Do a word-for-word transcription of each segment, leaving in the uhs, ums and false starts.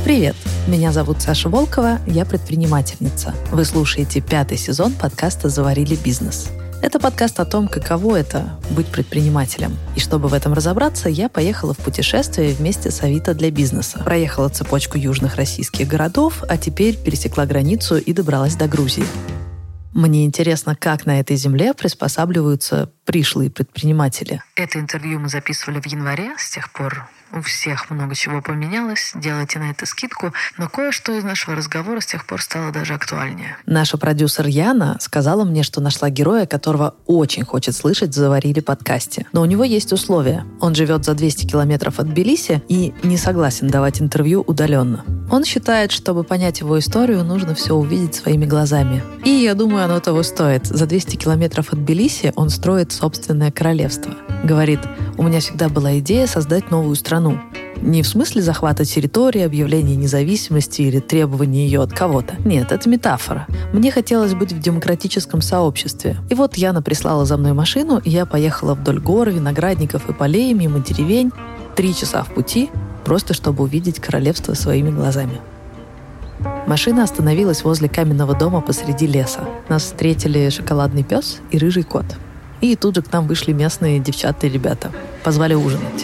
Привет! Меня зовут Саша Волкова, я предпринимательница. Вы слушаете пятый сезон подкаста «Заварили бизнес». Это подкаст о том, каково это — быть предпринимателем. И чтобы в этом разобраться, я поехала в путешествие вместе с Авито для бизнеса. Проехала цепочку южных российских городов, а теперь пересекла границу и добралась до Грузии. Мне интересно, как на этой земле приспосабливаются пришлые предприниматели. Это интервью мы записывали в январе, с тех пор у всех много чего поменялось, делайте на это скидку, но кое-что из нашего разговора с тех пор стало даже актуальнее. Наша продюсер Яна сказала мне, что нашла героя, которого очень хочет слышать в «Заварили» подкасте. Но у него есть условия. Он живет за двести километров от Тбилиси и не согласен давать интервью удаленно. Он считает, чтобы понять его историю, нужно все увидеть своими глазами. И я думаю, оно того стоит. За двести километров от Тбилиси он строит собственное королевство. Говорит, у меня всегда была идея создать новую страну. Не в смысле захвата территории, объявления независимости или требования ее от кого-то. Нет, это метафора. Мне хотелось быть в демократическом сообществе. И вот Яна прислала за мной машину, и я поехала вдоль гор, виноградников и полей, мимо деревень. Три часа в пути, просто чтобы увидеть королевство своими глазами. Машина остановилась возле каменного дома посреди леса. Нас встретили шоколадный пес и рыжий кот. И тут же к нам вышли местные девчата и ребята. Позвали ужинать.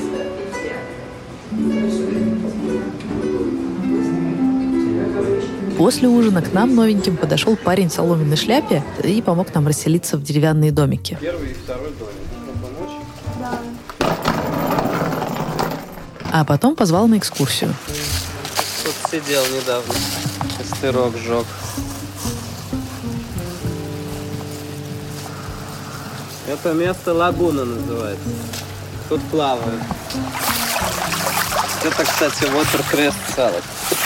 После ужина к нам новеньким подошел парень в соломенной шляпе и помог нам расселиться в деревянные домики. Первый и второй домик. Помочь? Да. А потом позвал на экскурсию. Тут сидел недавно. Костерок сжег. Это место лагуна называется. Тут плавают. Это, кстати, watercress салат.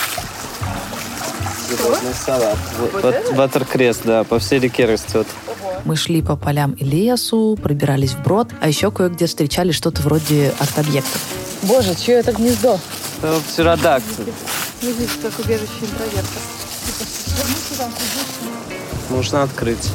Водный салат. Watercress, да, по всей реке растет. Мы шли по полям и лесу, пробирались вброд, а еще кое-где встречали что-то вроде арт-объектов. Боже, чье это гнездо? Это птеродактиль. Ну, здесь как убежище интроверта. Можно открыть.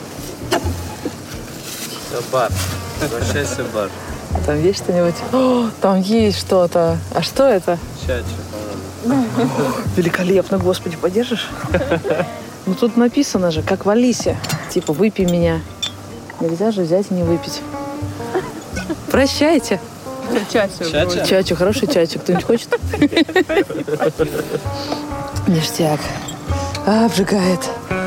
Все, бар. Возвращайся в бар. Там есть что-нибудь? О, там есть что-то. А что это? Чача, по-моему. Великолепно, Господи, подержишь? Ну тут написано же, как в Алисе. Типа, выпей меня. Нельзя же взять и не выпить. Прощайте. Чачу. Чача? Чачу, хороший чачу. Кто-нибудь хочет? Ништяк. А, обжигает.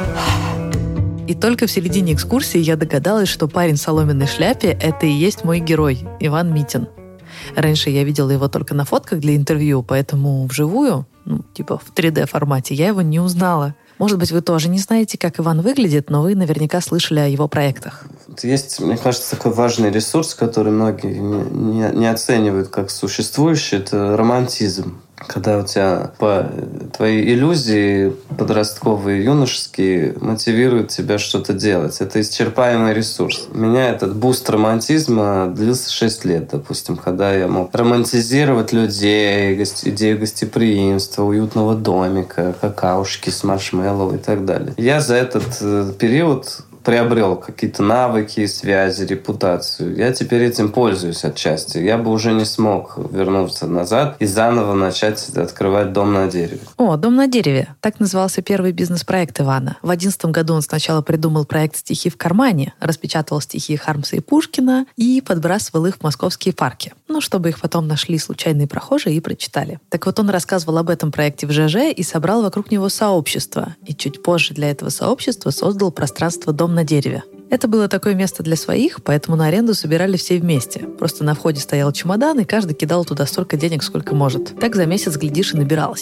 И только в середине экскурсии я догадалась, что парень в соломенной шляпе — это и есть мой герой, Иван Митин. Раньше я видела его только на фотках для интервью, поэтому вживую, ну, типа в три дэ формате, я его не узнала. Может быть, вы тоже не знаете, как Иван выглядит, но вы наверняка слышали о его проектах. Есть, мне кажется, такой важный ресурс, который многие не, не оценивают как существующий, это романтизм. Когда у тебя по твои иллюзии подростковые, юношеские мотивируют тебя что-то делать. Это исчерпаемый ресурс. У меня этот буст романтизма длился шесть лет, допустим, когда я мог романтизировать людей, гости, идею гостеприимства, уютного домика, какаушки с маршмеллоу и так далее. Я за этот период приобрел какие-то навыки, связи, репутацию. Я теперь этим пользуюсь отчасти. Я бы уже не смог вернуться назад и заново начать открывать дом на дереве. О, дом на дереве. Так назывался первый бизнес-проект Ивана. В одиннадцатом году он сначала придумал проект «Стихи в кармане», распечатал стихи Хармса и Пушкина и подбрасывал их в московские парки. Ну, чтобы их потом нашли случайные прохожие и прочитали. Так вот, он рассказывал об этом проекте в ЖЖ и собрал вокруг него сообщество. И чуть позже для этого сообщества создал пространство «Дом на дереве». Это было такое место для своих, поэтому на аренду собирали все вместе. Просто на входе стоял чемодан, и каждый кидал туда столько денег, сколько может. Так за месяц, глядишь, и набиралось.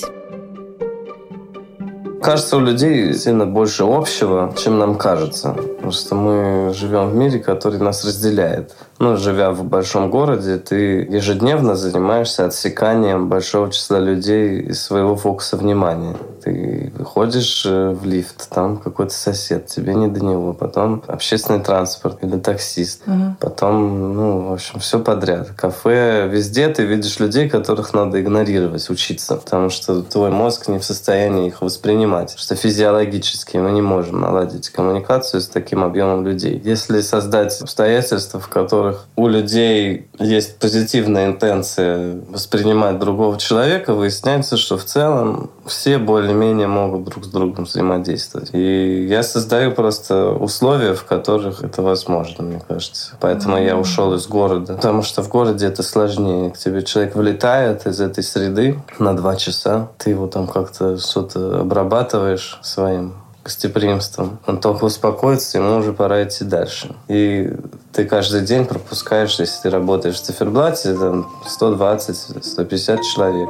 Кажется, у людей сильно больше общего, чем нам кажется. Потому что мы живем в мире, который нас разделяет. Ну, живя в большом городе, ты ежедневно занимаешься отсеканием большого числа людей из своего фокуса внимания. Ты выходишь в лифт, там какой-то сосед, тебе не до него. Потом общественный транспорт или таксист. Угу. Потом, ну, в общем, все подряд. Кафе, везде ты видишь людей, которых надо игнорировать, учиться. Потому что твой мозг не в состоянии их воспринимать. Потому что физиологически мы не можем наладить коммуникацию с таким объемом людей. Если создать обстоятельства, в которых которых у людей есть позитивная интенция воспринимать другого человека, выясняется, что в целом все более-менее могут друг с другом взаимодействовать. И я создаю просто условия, в которых это возможно, мне кажется. Поэтому я ушел из города. Потому что в городе это сложнее. К тебе человек влетает из этой среды на два часа. Ты его там как-то что-то обрабатываешь своим гостеприимством. Он только успокоится, ему уже пора идти дальше. И ты каждый день пропускаешь, если ты работаешь в циферблате, там сто двадцать - сто пятьдесят человек.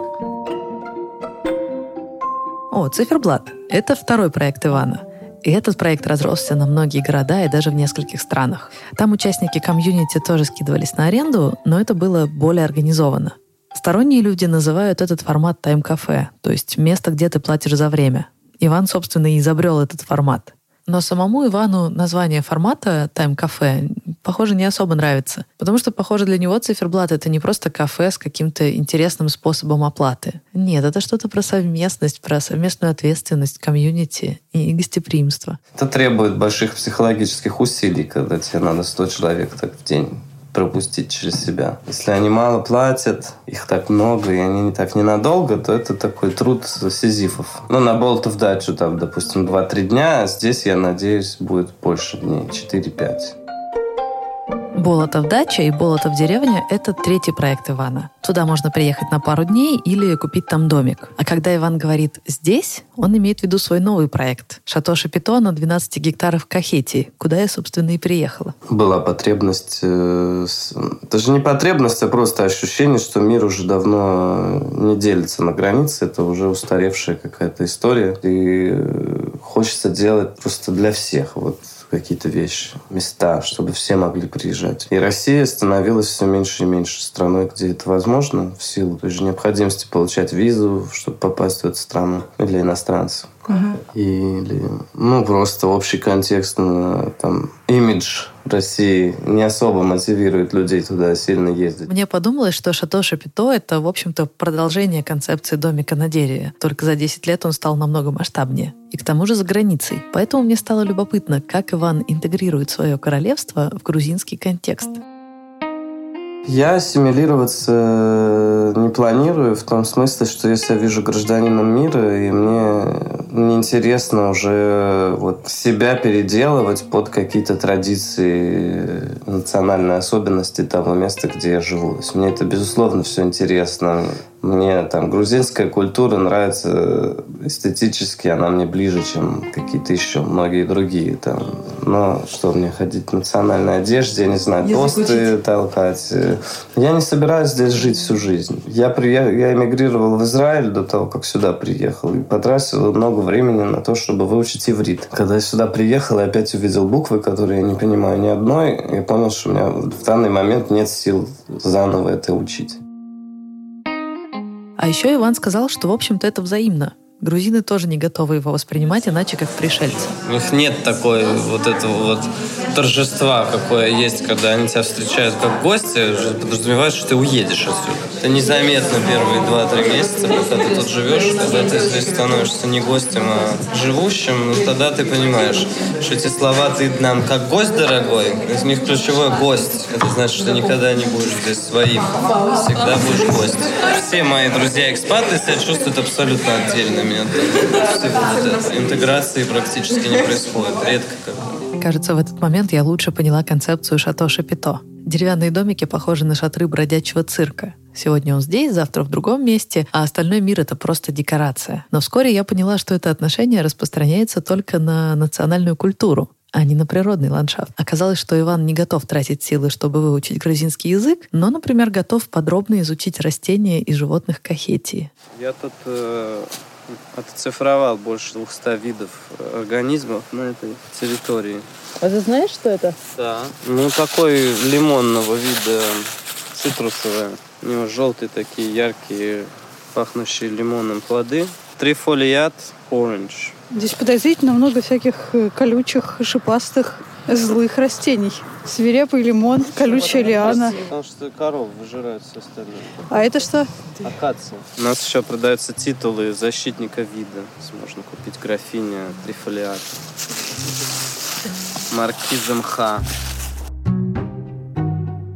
О, «Циферблат» — это второй проект Ивана. И этот проект разросся на многие города и даже в нескольких странах. Там участники комьюнити тоже скидывались на аренду, но это было более организовано. Сторонние люди называют этот формат тайм-кафе, то есть место, где ты платишь за время. Иван, собственно, и изобрел этот формат. Но самому Ивану название формата «Тайм-кафе», похоже, не особо нравится. Потому что, похоже, для него циферблат — это не просто кафе с каким-то интересным способом оплаты. Нет, это что-то про совместность, про совместную ответственность, комьюнити и гостеприимство. Это требует больших психологических усилий, когда тебе надо сто человек так в день пропустить через себя. Если они мало платят, их так много, и они так ненадолго, то это такой труд сизифов. Ну, на Болотов дачу, там, допустим, два-три дня, а здесь, я надеюсь, будет больше дней, четыре-пять. Болотов дача и Болотов деревня — это третий проект Ивана. Туда можно приехать на пару дней или купить там домик. А когда Иван говорит «здесь», он имеет в виду свой новый проект «Шато Шапито» на двенадцати гектарах в Кахетии, куда я, собственно, и приехала. Была потребность... Э, даже не потребность, а просто ощущение, что мир уже давно не делится на границы. Это уже устаревшая какая-то история. И хочется делать просто для всех. Вот какие-то вещи, места, чтобы все могли приезжать. И Россия становилась все меньше и меньше страной, где это возможно, в силу той же необходимости получать визу, чтобы попасть в эту страну для иностранцев. Uh-huh. Или, ну, просто общий контекст, там, имидж России не особо мотивирует людей туда сильно ездить. Мне подумалось, что Шато Шапито — это, в общем-то, продолжение концепции домика на дереве. Только за десять лет он стал намного масштабнее. И к тому же за границей. Поэтому мне стало любопытно, как Иван интегрирует свое королевство в грузинский контекст. Я ассимилироваться не планирую в том смысле, что если я вижу гражданином мира, и мне неинтересно уже вот себя переделывать под какие-то традиции, национальные особенности того места, где я живу. То есть мне это, безусловно, все интересно. Мне там грузинская культура нравится эстетически, она мне ближе, чем какие-то еще многие другие. Там. Но что мне ходить в национальной одежде, я не знаю, тосты толкать. Я не собираюсь здесь жить всю жизнь. Я, приех... я эмигрировал в Израиль до того, как сюда приехал. И потратил много времени на то, чтобы выучить иврит. Когда я сюда приехал и опять увидел буквы, которые я не понимаю ни одной, я понял, что у меня в данный момент нет сил заново это учить. А еще Иван сказал, что, в общем-то, это взаимно. Грузины тоже не готовы его воспринимать иначе, как пришельца. У них нет такой вот этого вот торжества, какое есть, когда они тебя встречают как гостя, подразумевают, что ты уедешь отсюда. Это незаметно первые два-три месяца, пока ты тут живешь, когда ты здесь становишься не гостем, а живущим, тогда ты понимаешь, что эти слова «ты нам как гость дорогой», из них ключевой гость. Это значит, что никогда не будешь здесь своим. Всегда будешь гость. Все мои друзья-экспаты себя чувствуют абсолютно отдельными. Интеграции практически не происходит. Редко как. Кажется, в этот момент я лучше поняла концепцию Шато Шапито. Деревянные домики похожи на шатры бродячего цирка. Сегодня он здесь, завтра в другом месте, а остальной мир — это просто декорация. Но вскоре я поняла, что это отношение распространяется только на национальную культуру, а не на природный ландшафт. Оказалось, что Иван не готов тратить силы, чтобы выучить грузинский язык, но, например, готов подробно изучить растения и животных Кахетии. Я тут э, отцифровал больше двухсот видов организмов на этой территории. А ты знаешь, что это? Да. Ну, такой лимонного вида, цитрусовое. У него желтые такие яркие, пахнущие лимоном плоды. Трифолиат оранж. Здесь подозрительно много всяких колючих, шипастых, злых растений. Свирепый лимон, колючая лиана. Потому что коровы выжирают все остальное. А это что? Акация. У нас еще продаются титулы защитника вида. Можно купить графиня трифолиата. Маркиза мха.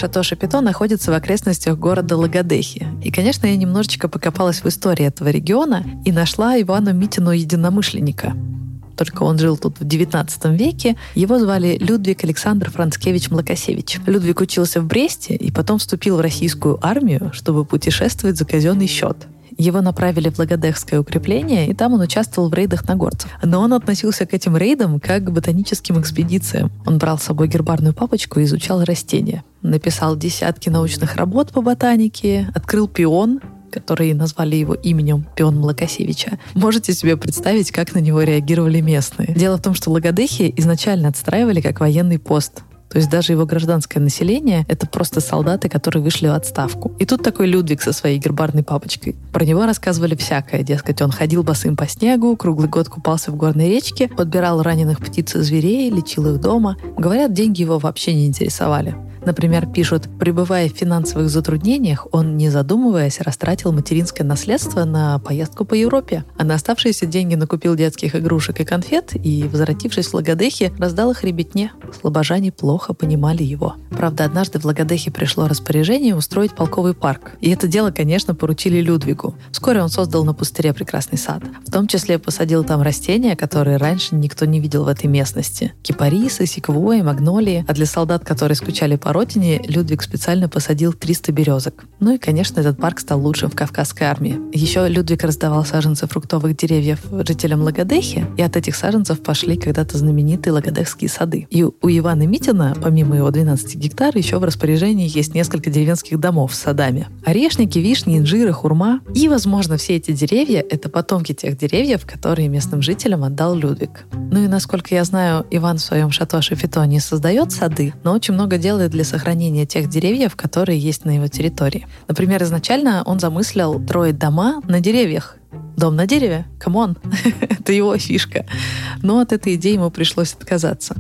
Шато Шапито находится в окрестностях города Лагодехи. И, конечно, я немножечко покопалась в истории этого региона и нашла Ивана Митину единомышленника. Только он жил тут в девятнадцатом веке. Его звали Людвиг Александр Францкевич Млакосевич. Людвиг учился в Бресте и потом вступил в российскую армию, чтобы путешествовать за казенный счет. Его направили в Лагодехское укрепление, и там он участвовал в рейдах на горцев. Но он относился к этим рейдам как к ботаническим экспедициям. Он брал с собой гербарную папочку и изучал растения. Написал десятки научных работ по ботанике, открыл пион, который назвали его именем Пион Млакосевича. Можете себе представить, как на него реагировали местные. Дело в том, что Лагодехи изначально отстраивали как военный пост. То есть даже его гражданское население — это просто солдаты, которые вышли в отставку. И тут такой Людвиг со своей гербарной папочкой. Про него рассказывали всякое. Дескать, он ходил босым по снегу, круглый год купался в горной речке, подбирал раненых птиц и зверей, лечил их дома. Говорят, деньги его вообще не интересовали. Например, пишут, пребывая в финансовых затруднениях, он, не задумываясь, растратил материнское наследство на поездку по Европе. А на оставшиеся деньги накупил детских игрушек и конфет и, возвратившись в Лагодехи, раздал их ребятне. Слобожане плохо понимали его. Правда, однажды в Лагодехи пришло распоряжение устроить полковый парк. И это дело, конечно, поручили Людвигу. Вскоре он создал на пустыре прекрасный сад. В том числе посадил там растения, которые раньше никто не видел в этой местности. Кипарисы, секвои, магнолии. А для солдат, которые скучали по родине, Людвиг специально посадил триста березок. Ну и, конечно, этот парк стал лучшим в Кавказской армии. Еще Людвиг раздавал саженцы фруктовых деревьев жителям Лагодехи, и от этих саженцев пошли когда-то знаменитые лагодехские сады. И у Ивана Митина, помимо его двенадцати гектар, еще в распоряжении есть несколько деревенских домов с садами. Орешники, вишни, инжиры, хурма. И, возможно, все эти деревья — это потомки тех деревьев, которые местным жителям отдал Людвиг. Ну и, насколько я знаю, Иван в своем Шато Шапито не создает сады, но очень много делает для сохранения тех деревьев, которые есть на его территории. Например, изначально он замыслил строить дома на деревьях. Дом на дереве? Камон! Это его фишка. Но от этой идеи ему пришлось отказаться.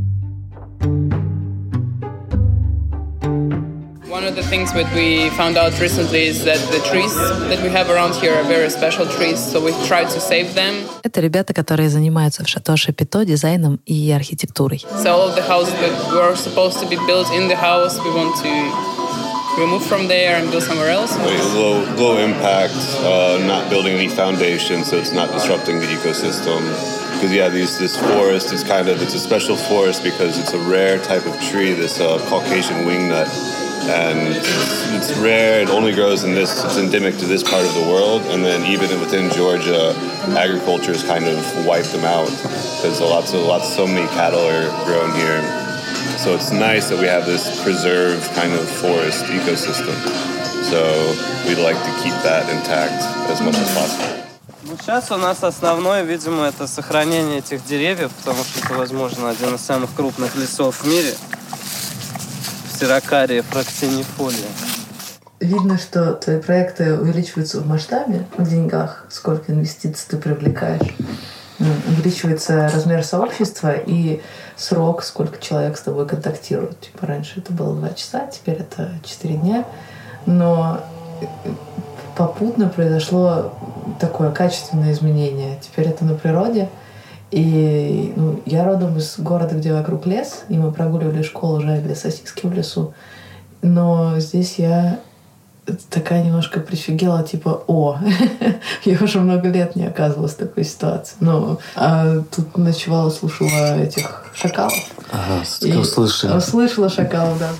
One of the things that we found out recently is that the trees that we have around here are very special trees, so we tried to save them. Это ребята, которые занимаются в Шато Шапито дизайном и архитектурой. So all of the houses that were supposed to be built in the house, we want to remove from there and build somewhere else. Low, low impact, uh, not building any foundation, so it's not disrupting the ecosystem. Because yeah, these, this forest is kind of, it's a special forest because it's a rare type of tree, this uh, Caucasian wingnut. And it's rare, it only grows in this, it's endemic to this part of the world. And then even within Georgia, agriculture has kind of wiped them out because lots of, lots, so many cattle are grown here. So it's nice that we have this preserved kind of forest ecosystem. So we'd like to keep that intact as much as possible. Ну, сейчас у нас основное, видимо, это сохранение этих деревьев, потому что это, возможно, один из самых крупных лесов в мире. Сирокария фрактинифолия. Видно, что твои проекты увеличиваются в масштабе, в деньгах, сколько инвестиций ты привлекаешь. Увеличивается размер сообщества и срок, сколько человек с тобой контактирует. Типа раньше это было два часа, теперь это четыре дня. Но попутно произошло такое качественное изменение. Теперь это на природе. И ну, я родом из города, где вокруг лес, и мы прогуливали школу, жарили сосиски в лесу. Но здесь я такая немножко прифигела, типа, о, я уже много лет не оказывалась в такой ситуации. Ну, а тут ночевала, слушала этих шакалов. Ага, и услышала. Услышала шакалов, да.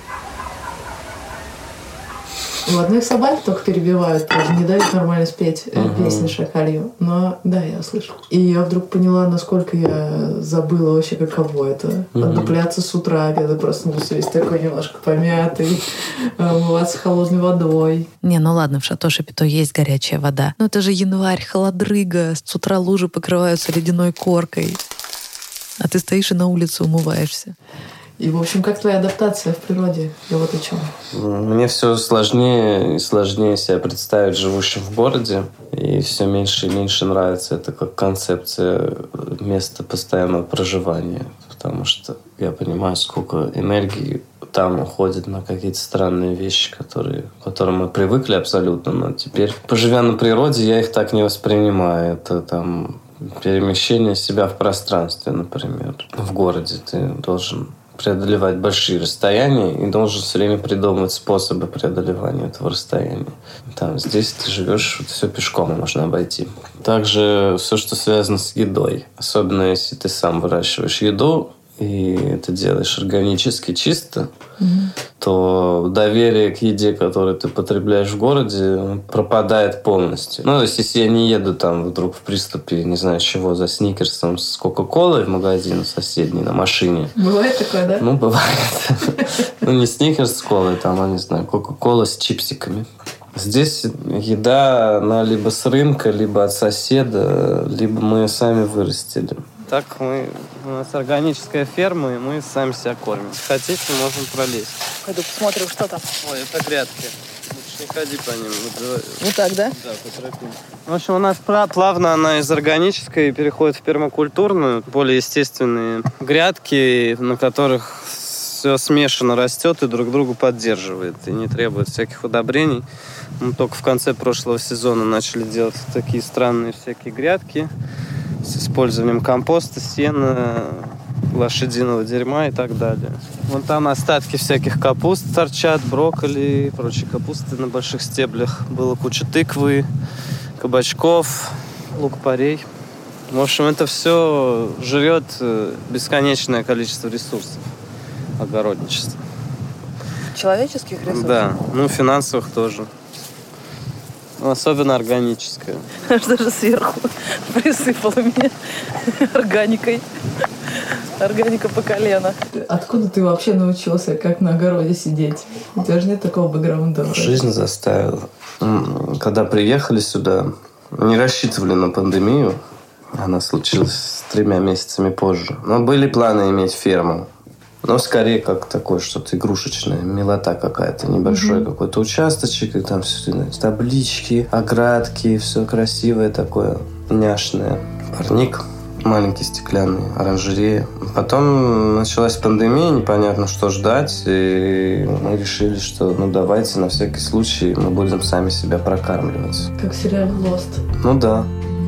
Вот, ну их собаки только перебивают, тоже не дают нормально спеть uh-huh. песни шакалью. Но да, я услышала. И я вдруг поняла, насколько я забыла вообще, каково это. Uh-huh. Отдупляться с утра, когда проснулся весь такой немножко помятый, умываться холодной водой. Не, ну ладно, в Шато Шапито есть горячая вода. Но это же январь, холодрыга, с утра лужи покрываются ледяной коркой. А ты стоишь и на улице умываешься. И, в общем, как твоя адаптация в природе? Я вот о чем. Мне все сложнее и сложнее себя представить живущим в городе. И все меньше и меньше нравится это как концепция места постоянного проживания. Потому что я понимаю, сколько энергии там уходит на какие-то странные вещи, которые, к которым мы привыкли абсолютно. Но теперь, поживя на природе, я их так не воспринимаю. Это там перемещение себя в пространстве, например. В городе ты должен преодолевать большие расстояния и должен все время придумывать способы преодолевания этого расстояния. Там, здесь ты живешь, вот, все пешком можно обойти. Также все, что связано с едой. Особенно если ты сам выращиваешь еду, и это делаешь органически чисто, mm-hmm. то доверие к еде, которую ты потребляешь в городе, пропадает полностью. Ну, то есть, если я не еду там вдруг в приступе, не знаю чего, за сникерсом с кока-колой в магазин соседний на машине. Бывает такое, да? Ну, бывает. Ну, не сникерс с колой, там, а не знаю, кока-кола с чипсиками. Здесь еда, она либо с рынка, либо от соседа, либо мы ее сами вырастили. Так мы, у нас органическая ферма, и мы сами себя кормим. Хотите, можем пролезть. Пойду посмотрю, что там. Ой, это грядки. Лучше не ходи по ним. Вот так, да? Да, по тропинке. В общем, у нас плавно она из органической переходит в пермакультурную, более естественные грядки, на которых все смешанно растет и друг друга поддерживает, и не требует всяких удобрений. Мы только в конце прошлого сезона начали делать такие странные всякие грядки с использованием компоста, сена, лошадиного дерьма и так далее. Вон там остатки всяких капуст торчат, брокколи и прочей капусты на больших стеблях. Было куча тыквы, кабачков, лук-порей. В общем, это все жрет бесконечное количество ресурсов огородничества. Человеческих ресурсов? Да, ну финансовых тоже. Особенно органическая. Что же сверху присыпало меня органикой. Органика по колено. Откуда ты вообще научился, как на огороде сидеть? У тебя же нет такого бэкграунда. Жизнь заставила. Когда приехали сюда, не рассчитывали на пандемию. Она случилась с тремя месяцами позже. Но были планы иметь ферму. Но скорее как такое что-то игрушечное, милота какая-то, небольшой mm-hmm. какой-то участочек, и там все, таблички, оградки, все красивое такое, няшное. Парник маленький, стеклянный, оранжерея. Потом началась пандемия, непонятно, что ждать, и мы решили, что ну давайте на всякий случай мы будем сами себя прокармливать. Как в сериале Lost. Ну да.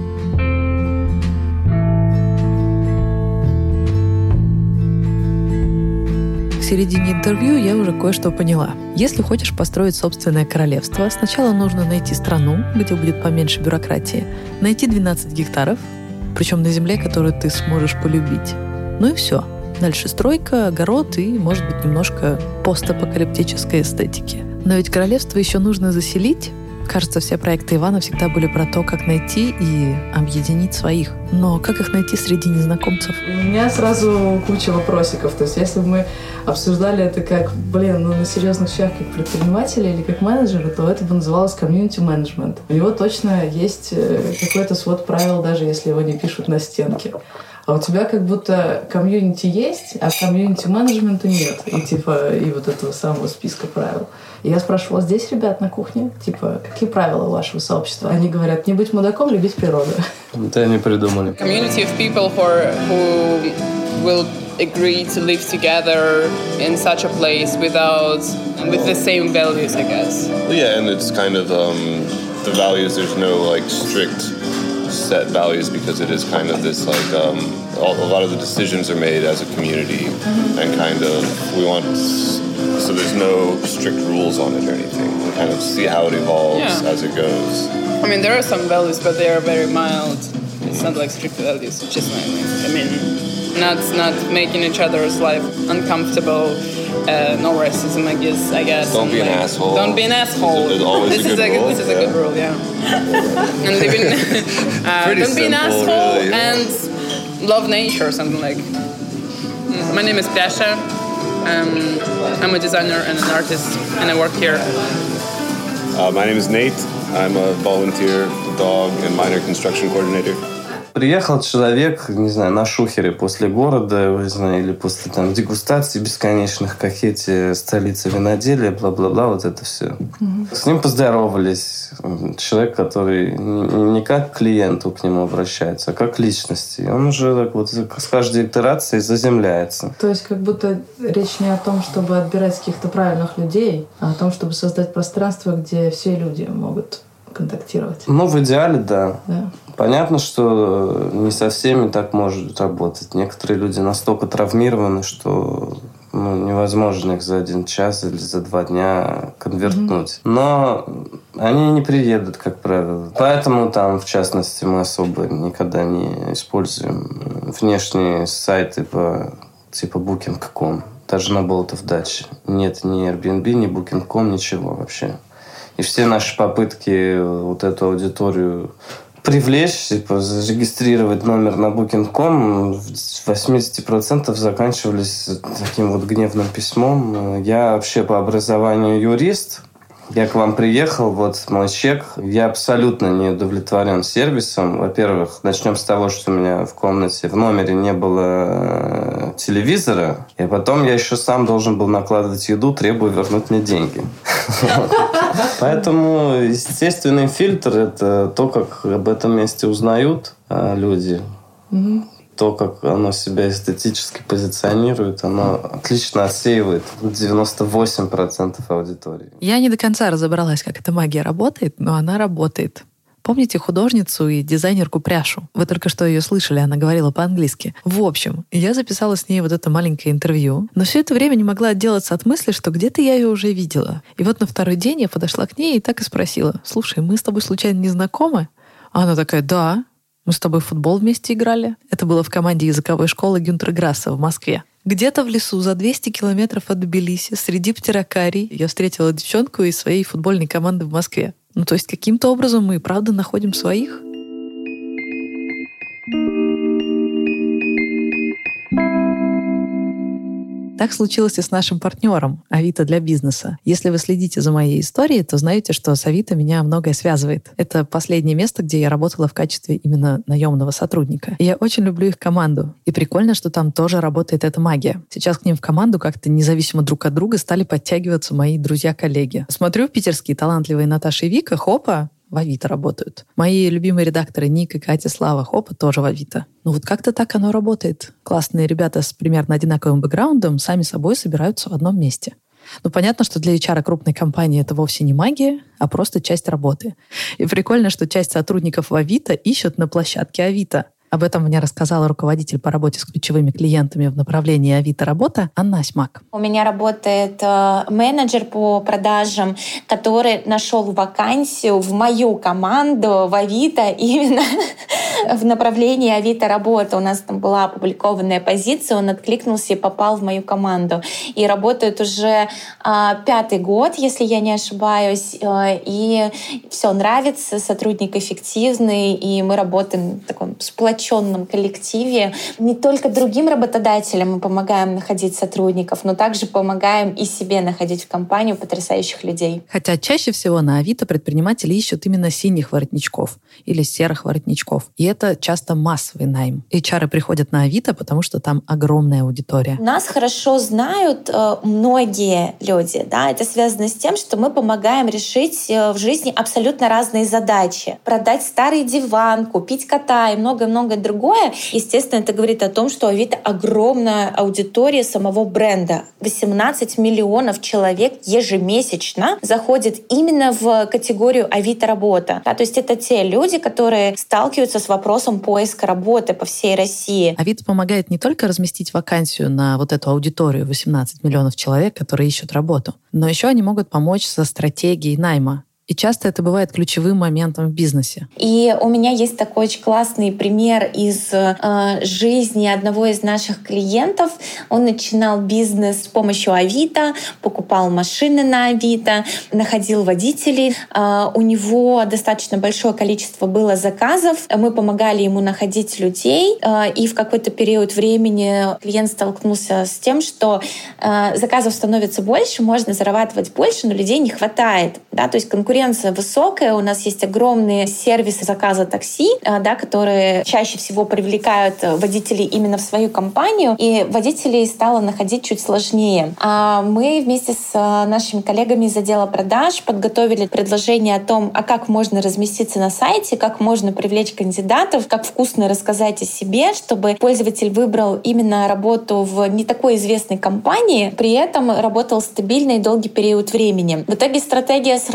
В середине интервью я уже кое-что поняла. Если хочешь построить собственное королевство, сначала нужно найти страну, где будет поменьше бюрократии, найти двенадцать гектаров, причем на земле, которую ты сможешь полюбить. Ну и все. Дальше стройка, огород и, может быть, немножко постапокалиптической эстетики. Но ведь королевство еще нужно заселить. Кажется, все проекты Ивана всегда были про то, как найти и объединить своих. Но как их найти среди незнакомцев? У меня сразу куча вопросиков. То есть если бы мы обсуждали это как, блин, ну на серьезных щах как предприниматели или как менеджеры, то это бы называлось комьюнити менеджмент. У него точно есть какой-то свод правил, даже если его не пишут на стенке. А у тебя как будто комьюнити есть, а комьюнити менеджмента нет. И типа, и вот этого самого списка правил. И я спрашивала здесь ребят на кухне, типа, какие правила вашего сообщества? Они говорят, не быть мудаком, любить природу. Это они придумали. Community of people who, are, who will agree to live together in such a place without, with the same values, I guess. Yeah, and it's kind of um, the values. There's no like strict set values because it is kind of this like um, all, a lot of the decisions are made as a community, mm-hmm. and kind of we want. So there's no strict rules on it or anything. We kind of see how it evolves yeah. as it goes. I mean, there are some values, but they are very mild. It's not like strict values, which is nice. I mean, not not making each other's life uncomfortable. Uh, no racism, I guess. I guess. Don't be like, an asshole. Don't be an asshole. There's always this a good is a, rule. This is yeah. a good rule, yeah. And live in, uh, Pretty don't simple, be an asshole really, yeah. and love nature or something like. My name is Pjasha. Um, I'm a designer and an artist, and I work here. Uh, my name is Nate. I'm a volunteer dog and minor construction coordinator. Приехал человек, не знаю, на шухере после города, не знаю, или после там дегустаций бесконечных, как эти столицы виноделия, бла-бла-бла, вот это все. Mm-hmm. С ним поздоровались. Человек, который не как к клиенту к нему обращается, а как к личности. Он уже так вот с каждой итерацией заземляется. То есть как будто речь не о том, чтобы отбирать каких-то правильных людей, а о том, чтобы создать пространство, где все люди могут контактировать. Ну, в идеале, да. Да. Понятно, что не со всеми так может работать. Некоторые люди настолько травмированы, что ну, невозможно их за один час или за два дня конвертнуть. Mm-hmm. Но они не приедут, как правило. Поэтому там, в частности, мы особо никогда не используем внешние сайты по типа букинг точка ком. Даже на Болотов даче. Нет ни Airbnb, ни букинг точка ком, ничего вообще. И все наши попытки вот эту аудиторию привлечь, типа, зарегистрировать номер на букинг точка ком восемьдесят процентов заканчивались таким вот гневным письмом. Я вообще по образованию юрист. Я к вам приехал, вот мой чек. Я абсолютно не удовлетворен сервисом. Во-первых, начнем с того, что у меня в комнате, в номере не было телевизора. И потом я еще сам должен был накладывать еду, требуя вернуть мне деньги. Поэтому естественный фильтр – это то, как об этом месте узнают люди. То, как оно себя эстетически позиционирует, оно отлично отсеивает девяносто восемь процентов аудитории. Я не до конца разобралась, как эта магия работает, но она работает. Помните художницу и дизайнерку Пряшу? Вы только что ее слышали, она говорила по-английски. В общем, я записала с ней вот это маленькое интервью, но все это время не могла отделаться от мысли, что где-то я ее уже видела. И вот на второй день я подошла к ней и так и спросила: «Слушай, мы с тобой случайно не знакомы?» А она такая: «Да. Мы с тобой в футбол вместе играли». Это было в команде языковой школы Гюнтера Грасса в Москве. Где-то в лесу за двести километров от Тбилиси, среди птерокарий, я встретила девчонку из своей футбольной команды в Москве. Ну, то есть каким-то образом мы и правда находим своих. Так случилось и с нашим партнером Авито для бизнеса. Если вы следите за моей историей, то знаете, что с Авито меня многое связывает. Это последнее место, где я работала в качестве именно наемного сотрудника. И я очень люблю их команду. И прикольно, что там тоже работает эта магия. Сейчас к ним в команду как-то независимо друг от друга стали подтягиваться мои друзья-коллеги. Смотрю, питерские талантливые Наташа и Вика, хопа, в Авито работают. Мои любимые редакторы Ник и Катя, Слава, хопа, тоже в Авито. Ну вот как-то так оно работает. Классные ребята с примерно одинаковым бэкграундом сами собой собираются в одном месте. Ну, понятно, что для эйч ар крупной компании это вовсе не магия, а просто часть работы. И прикольно, что часть сотрудников в Авито ищут на площадке Авито. Об этом мне рассказала руководитель по работе с ключевыми клиентами в направлении Авито работа Анна Осьмак. У меня работает э, менеджер по продажам, который нашел вакансию в мою команду в Авито именно в направлении Авито работа. У нас там была опубликованная позиция, он откликнулся и попал в мою команду. И работает уже э, пятый год, если я не ошибаюсь. Э, и все нравится, сотрудник эффективный, и мы работаем в таком сплоченном коллективе. Не только другим работодателям мы помогаем находить сотрудников, но также помогаем и себе находить в компанию потрясающих людей. Хотя чаще всего на Авито предприниматели ищут именно синих воротничков или серых воротничков. И это часто массовый найм. эйч ар приходят на Авито, потому что там огромная аудитория. Нас хорошо знают э, многие люди. Да? Это связано с тем, что мы помогаем решить э, в жизни абсолютно разные задачи. Продать старый диван, купить кота и много-много другое. Естественно, это говорит о том, что у Авито огромная аудитория самого бренда. восемнадцать миллионов человек ежемесячно заходит именно в категорию Авито работа. Да, то есть это те люди, которые сталкиваются с вопросом поиска работы по всей России. Авито помогает не только разместить вакансию на вот эту аудиторию восемнадцать миллионов человек, которые ищут работу, но еще они могут помочь со стратегией найма. И часто это бывает ключевым моментом в бизнесе. И у меня есть такой очень классный пример из э, жизни одного из наших клиентов. Он начинал бизнес с помощью Авито, покупал машины на Авито, находил водителей. Э, у него достаточно большое количество было заказов. Мы помогали ему находить людей. Э, и в какой-то период времени клиент столкнулся с тем, что э, заказов становится больше, можно зарабатывать больше, но людей не хватает. Да? То есть конкуренция Конкуренция высокая, у нас есть огромные сервисы заказа такси, да, которые чаще всего привлекают водителей именно в свою компанию, и водителей стало находить чуть сложнее. А мы вместе с нашими коллегами из отдела продаж подготовили предложение о том, а как можно разместиться на сайте, как можно привлечь кандидатов, как вкусно рассказать о себе, чтобы пользователь выбрал именно работу в не такой известной компании, при этом работал стабильно и долгий период времени. В итоге стратегия сработала,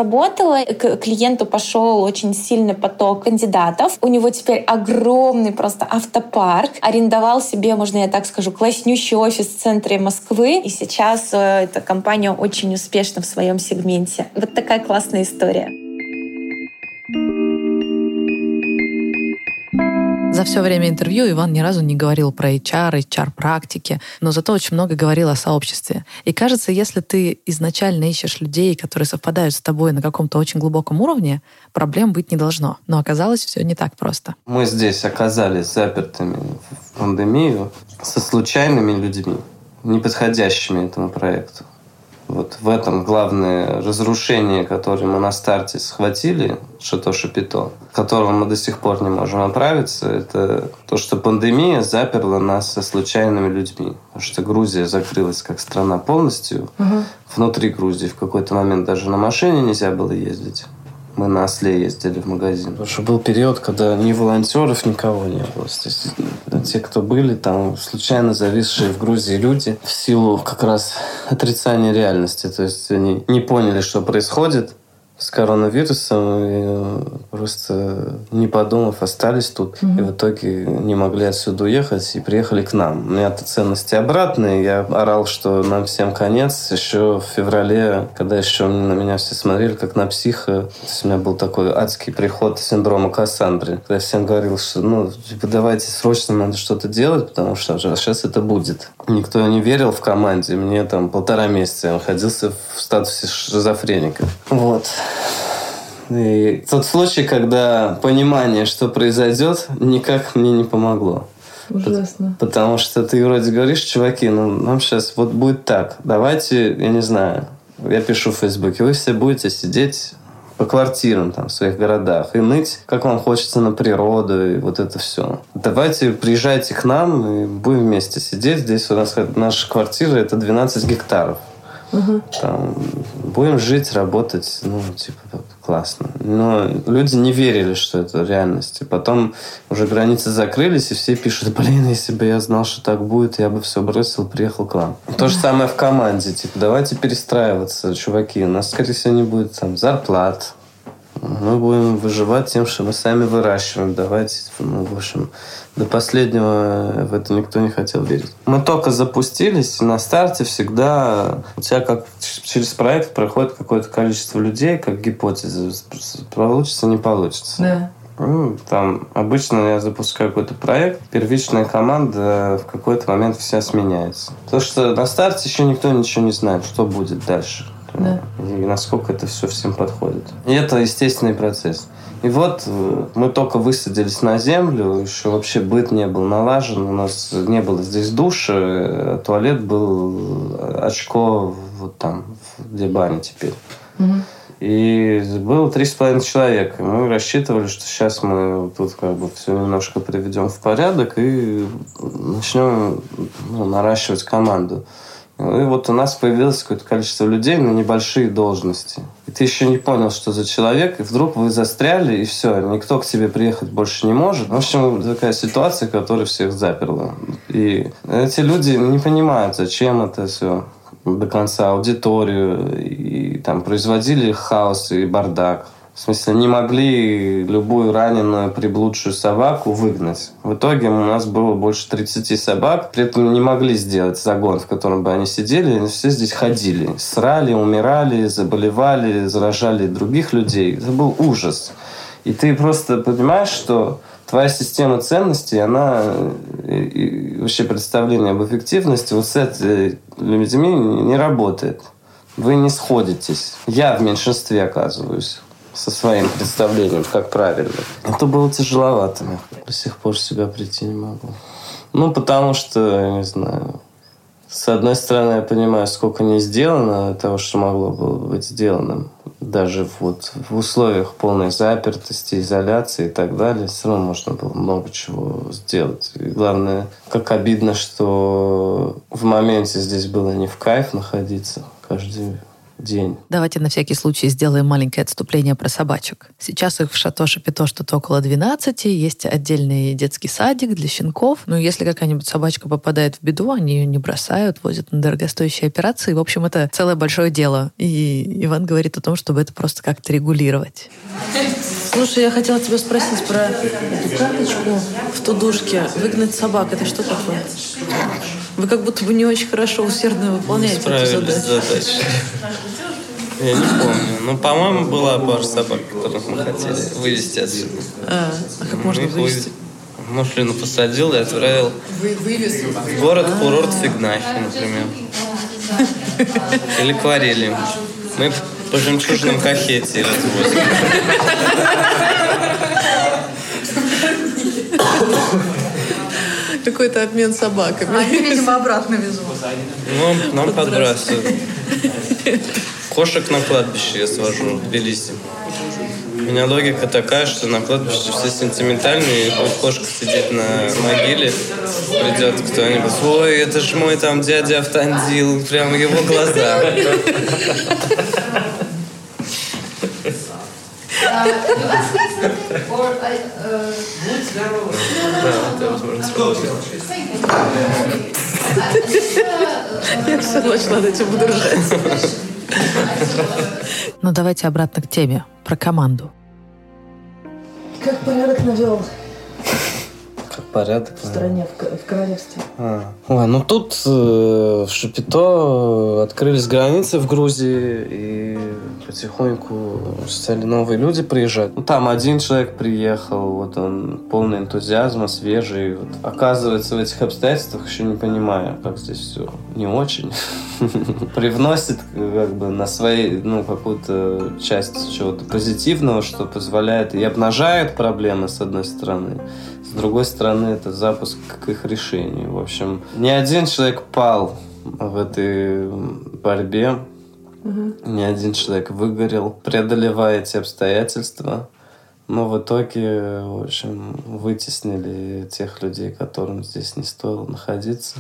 этого к клиенту пошел очень сильный поток кандидатов. У него теперь огромный просто автопарк. Арендовал себе, можно я так скажу, класснющий офис в центре Москвы. И сейчас эта компания очень успешна в своем сегменте. Вот такая классная история. За все время интервью Иван ни разу не говорил про эйч ар, эйч ар-практики, но зато очень много говорил о сообществе. И кажется, если ты изначально ищешь людей, которые совпадают с тобой на каком-то очень глубоком уровне, проблем быть не должно. Но оказалось, все не так просто. Мы здесь оказались запертыми в пандемию со случайными людьми, неподходящими этому проекту. Вот в этом главное разрушение, которое мы на старте схватили, Шатоши Пито, к которому мы до сих пор не можем оправиться, это то, что пандемия заперла нас со случайными людьми. Потому что Грузия закрылась как страна полностью. Угу. Внутри Грузии в какой-то момент даже на машине нельзя было ездить. Мы на осле ездили в магазин. Потому что был период, когда ни волонтеров, никого не было. То есть, те, кто были там, случайно зависшие в Грузии люди, в силу как раз отрицания реальности. То есть они не поняли, что происходит с коронавирусом, и просто не подумав, остались тут. Mm-hmm. И в итоге не могли отсюда уехать и приехали к нам. У меня-то ценности обратные. Я орал, что нам всем конец. Еще в феврале, когда еще на меня все смотрели, как на психа. То есть у меня был такой адский приход синдрома Кассандры. Когда я всем говорил, что ну, типа, давайте срочно надо что-то делать, потому что сейчас это будет. Никто не верил в команде. Мне там полтора месяца я находился в статусе шизофреника. Вот. И тот случай, когда понимание, что произойдет, никак мне не помогло. Ужасно. Потому что ты вроде говоришь, чуваки, ну нам сейчас вот будет так. Давайте, я не знаю, я пишу в Фейсбуке, вы все будете сидеть по квартирам там, в своих городах и ныть, как вам хочется на природу, и вот это все. Давайте приезжайте к нам и будем вместе сидеть. Здесь у нас наша квартира, это двенадцать гектаров. Угу. Там, будем жить, работать, ну, типа, классно. Но люди не верили, что это реальность. И потом уже границы закрылись, и все пишут, блин, если бы я знал, что так будет, я бы все бросил, приехал к вам. То же самое в команде. Типа, давайте перестраиваться, чуваки. У нас, скорее всего, не будет там зарплат. Мы будем выживать тем, что мы сами выращиваем. Давайте, ну, в общем, до последнего в это никто не хотел верить. Мы только запустились, на старте всегда у тебя как через проект проходит какое-то количество людей, как гипотеза. Получится, не получится. Да. Ну, там, обычно я запускаю какой-то проект, первичная команда в какой-то момент вся сменяется. Потому что на старте еще никто ничего не знает, что будет дальше. Да. И насколько это все всем подходит. И это естественный процесс. И вот мы только высадились на землю, еще вообще быт не был налажен, у нас не было здесь душа, туалет был очко вот там, где баня теперь. Угу. И было три с половиной человека. Мы рассчитывали, что сейчас мы тут как бы все немножко приведем в порядок и начнем ну, наращивать команду. И вот у нас появилось какое-то количество людей на небольшие должности. И ты еще не понял, что за человек, и вдруг вы застряли, и все, никто к тебе приехать больше не может. В общем, такая ситуация, которая всех заперла. И эти люди не понимают, зачем это все до конца, аудиторию, и там производили хаос и бардак. В смысле, не могли любую раненую приблудшую собаку выгнать. В итоге у нас было больше тридцати собак. При этом не могли сделать загон, в котором бы они сидели. Они все здесь ходили. Срали, умирали, заболевали, заражали других людей. Это был ужас. И ты просто понимаешь, что твоя система ценностей, она и вообще представление об эффективности вот с этими людьми не работает. Вы не сходитесь. Я в меньшинстве оказываюсь со своим представлением, как правильно. Это было тяжеловато. Я до сих пор себя прийти не могу. Ну, потому что, я не знаю, с одной стороны, я понимаю, сколько не сделано того, что могло было быть сделанным. Даже вот в условиях полной запертости, изоляции и так далее, все равно можно было много чего сделать. И главное, как обидно, что в моменте здесь было не в кайф находиться. Каждый день. Давайте на всякий случай сделаем маленькое отступление про собачек. Сейчас их в Шато Шапито что-то около двенадцати, есть отдельный детский садик для щенков. Но если какая-нибудь собачка попадает в беду, они ее не бросают, возят на дорогостоящие операции. В общем, это целое большое дело. И Иван говорит о том, чтобы это просто как-то регулировать. Слушай, я хотела тебя спросить про эту карточку в тудушке. Выгнать собак — это что такое? Вы как будто бы не очень хорошо, усердно выполняете эту задачу. задачу. Я не помню. Ну, по-моему, была пара собак, которых мы хотели вывести отсюда. А, а как можно их вывести? В машину посадил и отправил Вы, вывез? в город-курорт Фигнахи, например. Или Карелию. Мы по жемчужным кахете развозим. Какой-то обмен собаками. Они, видимо, обратно везут. Ну, нам подбрасывают. Кошек на кладбище я свожу в Тбилиси. У меня логика такая, что на кладбище все сентиментальные, и хоть кошка сидит на могиле, придет кто-нибудь: ой, это ж мой там дядя Автандил, прям его глаза. Я всю ночь над этим буду ржать. Но давайте обратно к теме, про команду. Как порядок навел Как порядок. в стране, в, в королевстве? А. Ой, ну тут э, в Шапито открылись границы в Грузии, и потихоньку стали новые люди приезжать. Ну, там один человек приехал, вот он полный энтузиазма, свежий. Вот. Оказывается, в этих обстоятельствах, еще не понимая, как здесь все не очень, привносит как бы на своей, ну, какую-то часть чего-то позитивного, что позволяет и обнажает проблемы, с одной стороны. С другой стороны, это запуск к их решению. В общем, ни один человек пал в этой борьбе, угу. Ни один человек выгорел, преодолевая эти обстоятельства. Но в итоге, в общем, вытеснили тех людей, которым здесь не стоило находиться.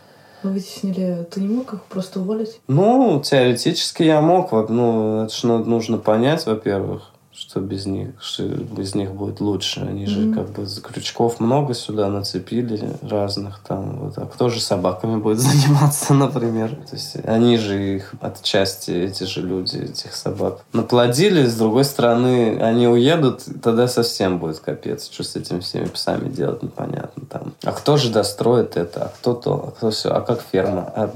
Вы вытеснили, ты не мог их просто уволить? Ну, теоретически я мог. Ну, это же нужно понять, во-первых, что без них, что без них будет лучше. Они же mm-hmm. как бы крючков много сюда нацепили разных там. Вот. А кто же собаками будет заниматься, например? То есть они же их отчасти, эти же люди, этих собак, наплодили. С другой стороны, они уедут, тогда совсем будет капец. Что с этими всеми псами делать, непонятно там. А кто же достроит это? А кто то? А кто все? А как ферма? А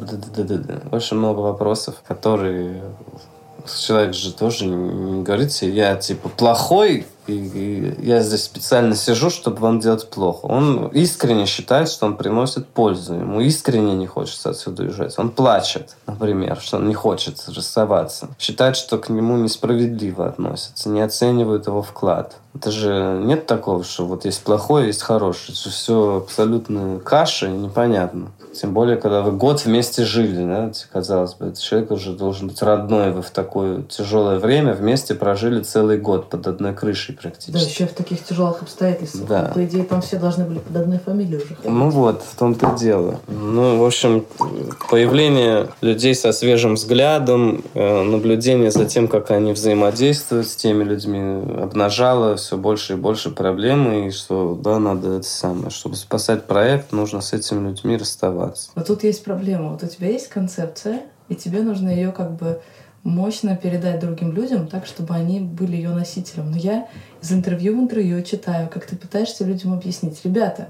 очень много вопросов, которые... Человек же тоже не говорит себе: я типа плохой, и, и я здесь специально сижу, чтобы вам делать плохо. Он искренне считает, что он приносит пользу. Ему искренне не хочется отсюда уезжать. Он плачет, например, что он не хочет расставаться. Считает, что к нему несправедливо относятся, не оценивают его вклад. Это же нет такого, что вот есть плохое, есть хорошее. Что все абсолютно каша и непонятно. Тем более, когда вы год вместе жили, да, казалось бы, этот человек уже должен быть родной. Вы в такое тяжелое время вместе прожили целый год под одной крышей практически. Да, еще в таких тяжелых обстоятельствах. Да. По идее, там все должны были под одной фамилией уже ходить. Ну вот, в том-то и дело. Ну, в общем, появление людей со свежим взглядом, наблюдение за тем, как они взаимодействуют с теми людьми, обнажало все больше и больше проблем, и что, да, надо это самое, чтобы спасать проект, нужно с этими людьми расставаться. Но тут есть проблема. Вот у тебя есть концепция, и тебе нужно ее как бы мощно передать другим людям так, чтобы они были ее носителем. Но я из интервью в интервью читаю, как ты пытаешься людям объяснить: ребята,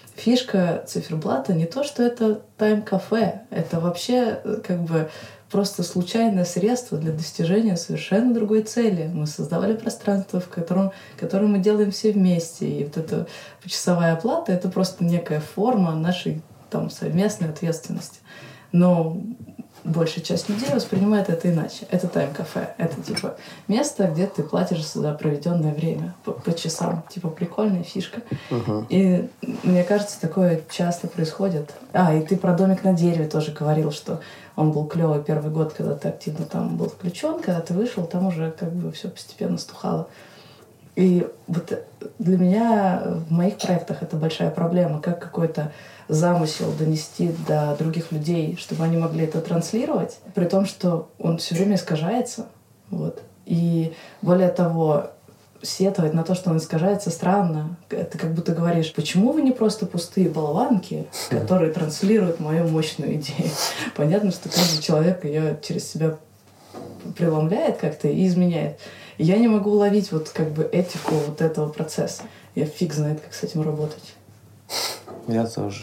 фишка циферблата не то, что это тайм-кафе, это вообще как бы просто случайное средство для достижения совершенно другой цели. Мы создавали пространство, в котором, которое мы делаем все вместе. И вот эта почасовая оплата — это просто некая форма нашей там совместной ответственности. Но большая часть людей воспринимает это иначе. Это тайм-кафе. Это типа место, где ты платишь за проведенное время по, по часам. Типа прикольная фишка. Uh-huh. И мне кажется, такое часто происходит. А, и ты про домик на дереве тоже говорил, что он был клевый первый год, когда ты активно там был включен. Когда ты вышел, там уже как бы все постепенно стухало. И вот для меня в моих проектах это большая проблема, как какой-то замысел донести до других людей, чтобы они могли это транслировать, при том, что он все время искажается. Вот. И более того, сетовать на то, что он искажается, странно. Ты как будто говоришь, почему вы не просто пустые болванки, которые транслируют мою мощную идею? Понятно, что каждый человек ее через себя преломляет как-то и изменяет. И я не могу уловить вот как бы этику вот этого процесса. Я фиг знает, как с этим работать. Я тоже.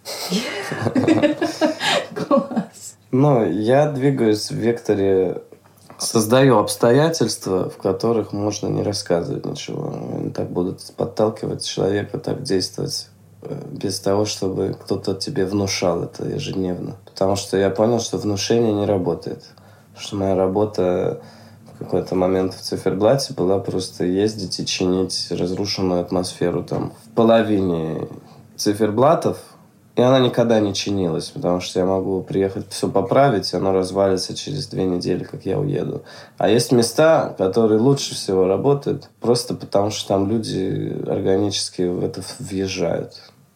Класс. Ну, я двигаюсь в векторе, создаю обстоятельства, в которых можно не рассказывать ничего. Они так будут подталкивать человека так действовать, без того, чтобы кто-то тебе внушал это ежедневно. Потому что я понял, что внушение не работает. Что моя работа в какой-то момент в циферблате была просто ездить и чинить разрушенную атмосферу там в половине циферблатов, и она никогда не чинилась, потому что я могу приехать все поправить, и оно развалится через две недели, как я уеду. А есть места, которые лучше всего работают, просто потому что там люди органически в это въезжают.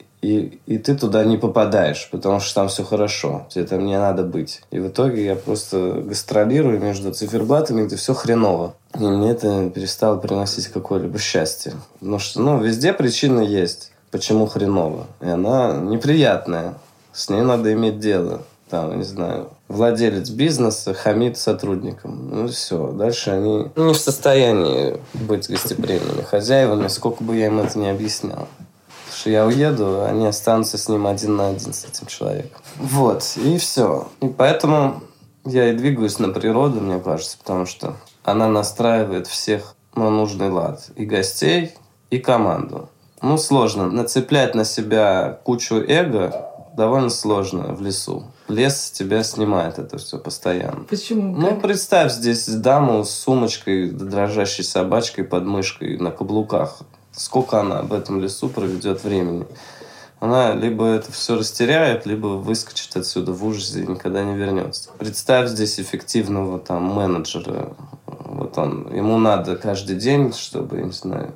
И, и ты туда не попадаешь, потому что там все хорошо, тебе там не надо быть. И в итоге я просто гастролирую между циферблатами, где все хреново. И мне это перестало приносить какое-либо счастье. Потому что, ну, везде причина есть, почему хреново. И она неприятная. С ней надо иметь дело. Там, не знаю, владелец бизнеса хамит сотрудникам. Ну, все. Дальше они не в состоянии быть гостеприимными хозяевами, сколько бы я им это не объяснял. Потому что я уеду, они останутся с ним один на один, с этим человеком. Вот. И все. И поэтому я и двигаюсь на природу, мне кажется, потому что она настраивает всех на нужный лад. И гостей, и команду. Ну, сложно. Нацеплять на себя кучу эго довольно сложно в лесу. Лес тебя снимает это все постоянно. Почему? Ну, как? представь здесь даму с сумочкой, дрожащей собачкой под мышкой на каблуках. Сколько она в этом лесу проведет времени? Она либо это все растеряет, либо выскочит отсюда в ужасе и никогда не вернется. Представь здесь эффективного там менеджера. Вот он, ему надо каждый день, чтобы, я не знаю,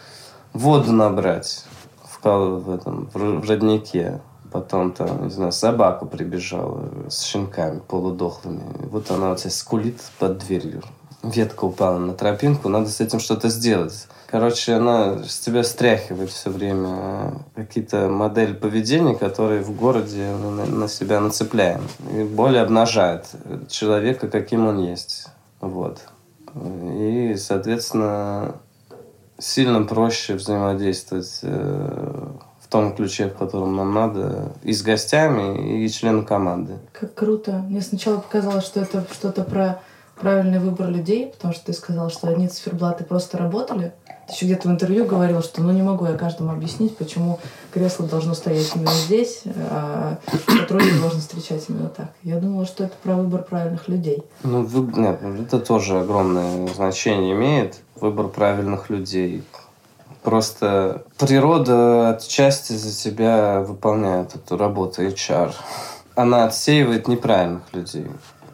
воду набрать в, в, этом, в роднике. Потом там, не знаю, собака прибежала с щенками полудохлыми. Вот она у тебя скулит под дверью. Ветка упала на тропинку, надо с этим что-то сделать. Короче, она с тебя стряхивает все время какие-то модели поведения, которые в городе мы на себя нацепляем. И более обнажает человека, каким он есть. Вот. И, соответственно, сильно проще взаимодействовать в том ключе, в котором нам надо, и с гостями, и членами команды. Как круто. Мне сначала показалось, что это что-то про правильный выбор людей, потому что ты сказала, что одни циферблаты просто работали. Ты еще где-то в интервью говорила, что ну не могу я каждому объяснить, почему кресло должно стоять именно здесь, а сотрудник должен встречать именно так. Я думала, что это про выбор правильных людей. Ну, вы... нет, это тоже огромное значение имеет. Выбор правильных людей. Просто природа отчасти за тебя выполняет эту работу эйч ар. Она отсеивает неправильных людей.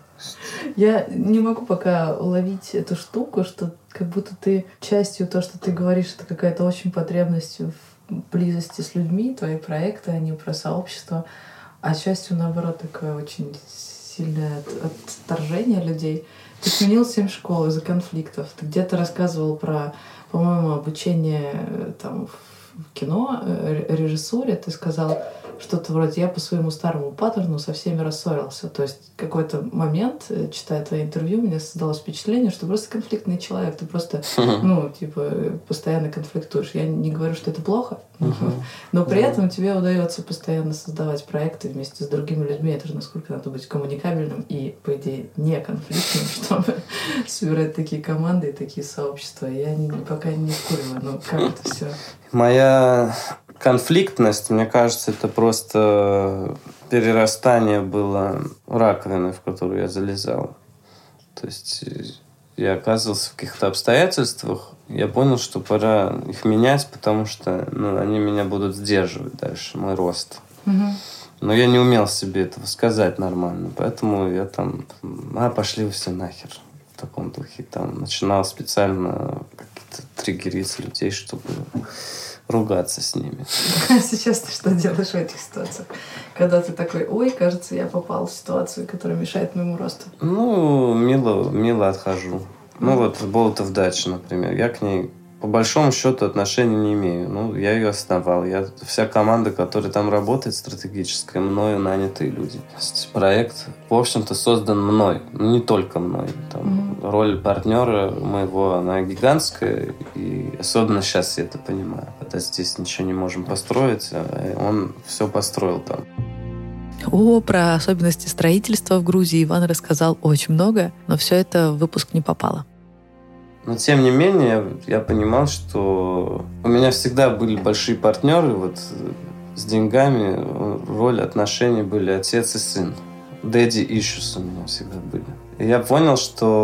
Я не могу пока уловить эту штуку, что как будто ты частью то, что ты говоришь, это какая-то очень потребность в близости с людьми, твои проекты, они про сообщество, а частью, наоборот, такое очень сильное отторжение людей. Ты сменил семь школ из-за конфликтов. Ты где-то рассказывал про, по-моему, обучение там, в кино, режиссуре. Ты сказал что-то вроде «я по своему старому паттерну со всеми рассорился». То есть какой-то момент, читая твои интервью, мне создалось впечатление, что ты просто конфликтный человек. Ты просто, ну, типа, постоянно конфликтуешь. Я не говорю, что это плохо, но при этом тебе удается постоянно создавать проекты вместе с другими людьми. Это же насколько надо быть коммуникабельным и, по идее, не конфликтным, чтобы собирать такие команды и такие сообщества. Я пока не вкуриваю, но как это все? Моя конфликтность, мне кажется, это просто перерастание было раковины, в которую я залезал. То есть я оказывался в каких-то обстоятельствах, я понял, что пора их менять, потому что ну, они меня будут сдерживать дальше, мой рост. Угу. Но я не умел себе этого сказать нормально, поэтому я там, а, пошли вы все нахер. В таком духе. Там начинал специально какие-то триггерить людей, чтобы ругаться с ними. Сейчас ты что делаешь в этих ситуациях? Когда ты такой, ой, кажется, я попал в ситуацию, которая мешает моему росту. Ну, мило, мило отхожу. Ну, вот Болотов дача, например. Я к ней, по большому счету, отношения не имею. Ну, я ее основал. Я, вся команда, которая там работает, стратегическая, мною нанятые люди. То есть проект, в общем-то, создан мной. Ну, не только мной. Там, mm-hmm. Роль партнера моего, она гигантская. И особенно сейчас я это понимаю. Когда здесь ничего не можем построить, а он все построил там. О, про особенности строительства в Грузии Иван рассказал очень много, но все это в выпуск не попало. Но, тем не менее, я понимал, что у меня всегда были большие партнеры, вот с деньгами, роль отношений были отец и сын. Daddy issues у меня всегда были. И я понял,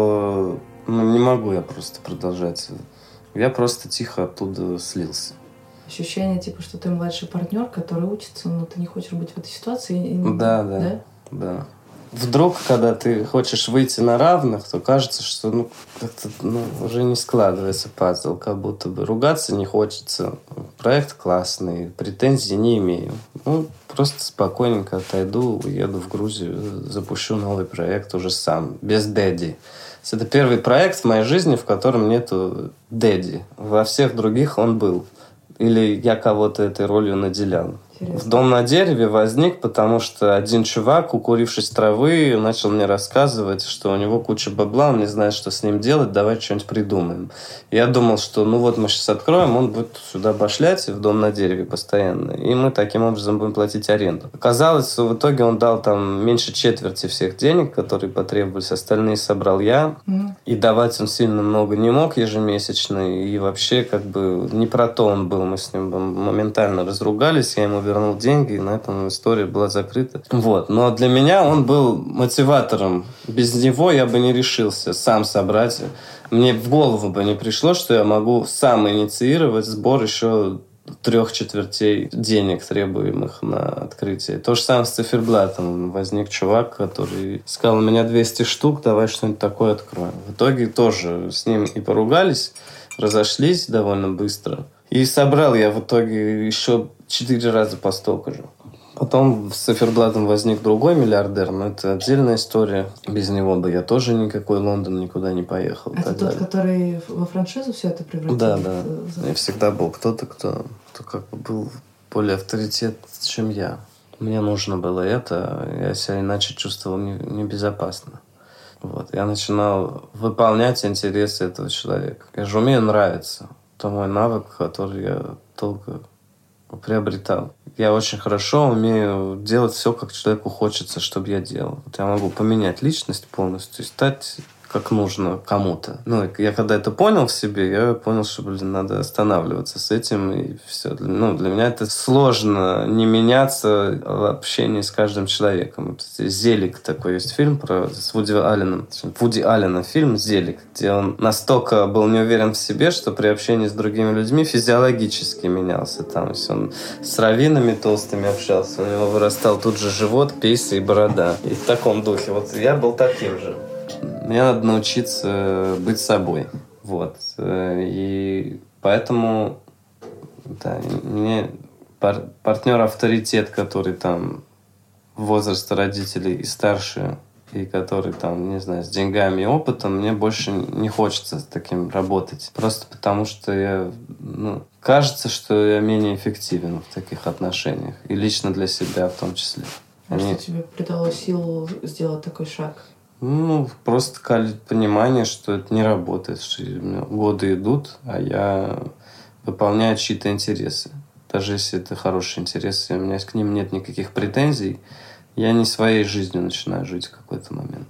что ну, не могу я просто продолжать. Я просто тихо оттуда слился. Ощущение, типа, что ты младший партнер, который учится, но ты не хочешь быть в этой ситуации. И... Да, да, да, да. Вдруг, когда ты хочешь выйти на равных, то кажется, что ну, как-то ну, уже не складывается пазл, как будто бы ругаться не хочется. Проект классный, претензий не имею. Ну, просто спокойненько отойду, уеду в Грузию, запущу новый проект уже сам, без дэдди. Это первый проект в моей жизни, в котором нету дэдди. Во всех других он был. Или я кого-то этой ролью наделял. Интересно. «Дом на дереве» возник, потому что один чувак, укурившись травы, начал мне рассказывать, что у него куча бабла, он не знает, что с ним делать, давай что-нибудь придумаем. Я думал, что ну вот мы сейчас откроем, он будет сюда башлять в «Дом на дереве» постоянно, и мы таким образом будем платить аренду. Оказалось, в итоге он дал там меньше четверти всех денег, которые потребовались, остальные собрал я, mm. и давать он сильно много не мог ежемесячно, и вообще как бы не про то он был, мы с ним моментально разругались, я ему вернул деньги, и на этом история была закрыта. Вот. Но для меня он был мотиватором. Без него я бы не решился сам собрать. Мне в голову бы не пришло, что я могу сам инициировать сбор еще трех четвертей денег, требуемых на открытие. То же самое с циферблатом. Возник чувак, который сказал, у меня двести штук, давай что-нибудь такое откроем. В итоге тоже с ним и поругались, разошлись довольно быстро. И собрал я в итоге еще четыре раза по столько же. Потом с циферблатом возник другой миллиардер, но это отдельная история. Без него бы я тоже никакой Лондон никуда не поехал. Это тот, далее. Который во франшизу все это превратил? Да, да. И всегда был кто-то, кто, кто как бы был более авторитет, чем я. Мне нужно было это, я себя иначе чувствовал небезопасно. Вот. Я начинал выполнять интересы этого человека. Я же умею нравиться. Это мой навык, который я долго приобретал. Я очень хорошо умею делать все, как человеку хочется, чтобы я делал. Вот я могу поменять личность полностью и стать как нужно кому-то. Ну, я когда это понял в себе, я понял, что, блин, надо останавливаться с этим, и все. Ну, для меня это сложно не меняться в общении с каждым человеком. Вот «Зелик» такой есть фильм про, с Вуди Алленом. Вуди Аллена фильм «Зелик», где он настолько был не уверен в себе, что при общении с другими людьми физиологически менялся. Там, если он с раввинами толстыми общался, у него вырастал тут же живот, пейсы и борода. И в таком духе. Вот я был таким же. Мне надо научиться быть собой. Вот. И поэтому да, мне пар- партнер-авторитет, который там возраста родителей и старше, и который там, не знаю, с деньгами и опытом, мне больше не хочется с таким работать. Просто потому, что я, ну, кажется, что я менее эффективен в таких отношениях. И лично для себя в том числе. А Они... что тебе придало силу сделать такой шаг? Ну, просто понимание, что это не работает, что годы идут, а я выполняю чьи-то интересы. Даже если это хорошие интересы, у меня к ним нет никаких претензий, я не своей жизнью начинаю жить в какой-то момент.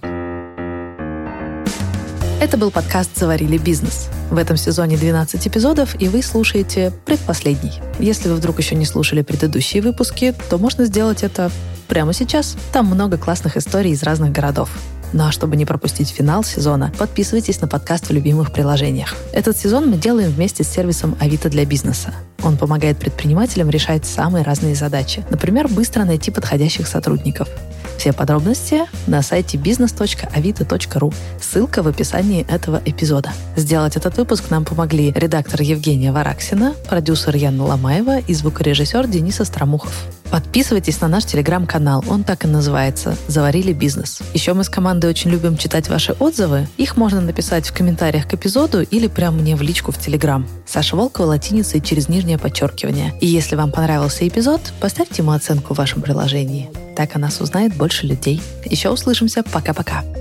Это был подкаст «Заварили бизнес». В этом сезоне двенадцать эпизодов, и вы слушаете предпоследний. Если вы вдруг еще не слушали предыдущие выпуски, то можно сделать это прямо сейчас. Там много классных историй из разных городов. Ну а чтобы не пропустить финал сезона, подписывайтесь на подкаст в любимых приложениях. Этот сезон мы делаем вместе с сервисом Авито для бизнеса. Он помогает предпринимателям решать самые разные задачи. Например, быстро найти подходящих сотрудников. Все подробности на сайте бизнес точка авито точка ру. Ссылка в описании этого эпизода. Сделать этот выпуск нам помогли редактор Евгения Вараксина, продюсер Яна Ломаева и звукорежиссер Денис Остромухов. Подписывайтесь на наш телеграм-канал, он так и называется «Заварили бизнес». Еще мы с командой очень любим читать ваши отзывы. Их можно написать в комментариях к эпизоду или прямо мне в личку в телеграм. Саша Волкова латиницей через нижнее подчеркивание. И если вам понравился эпизод, поставьте ему оценку в вашем приложении. Так о нас узнает больше людей. Еще услышимся. Пока-пока.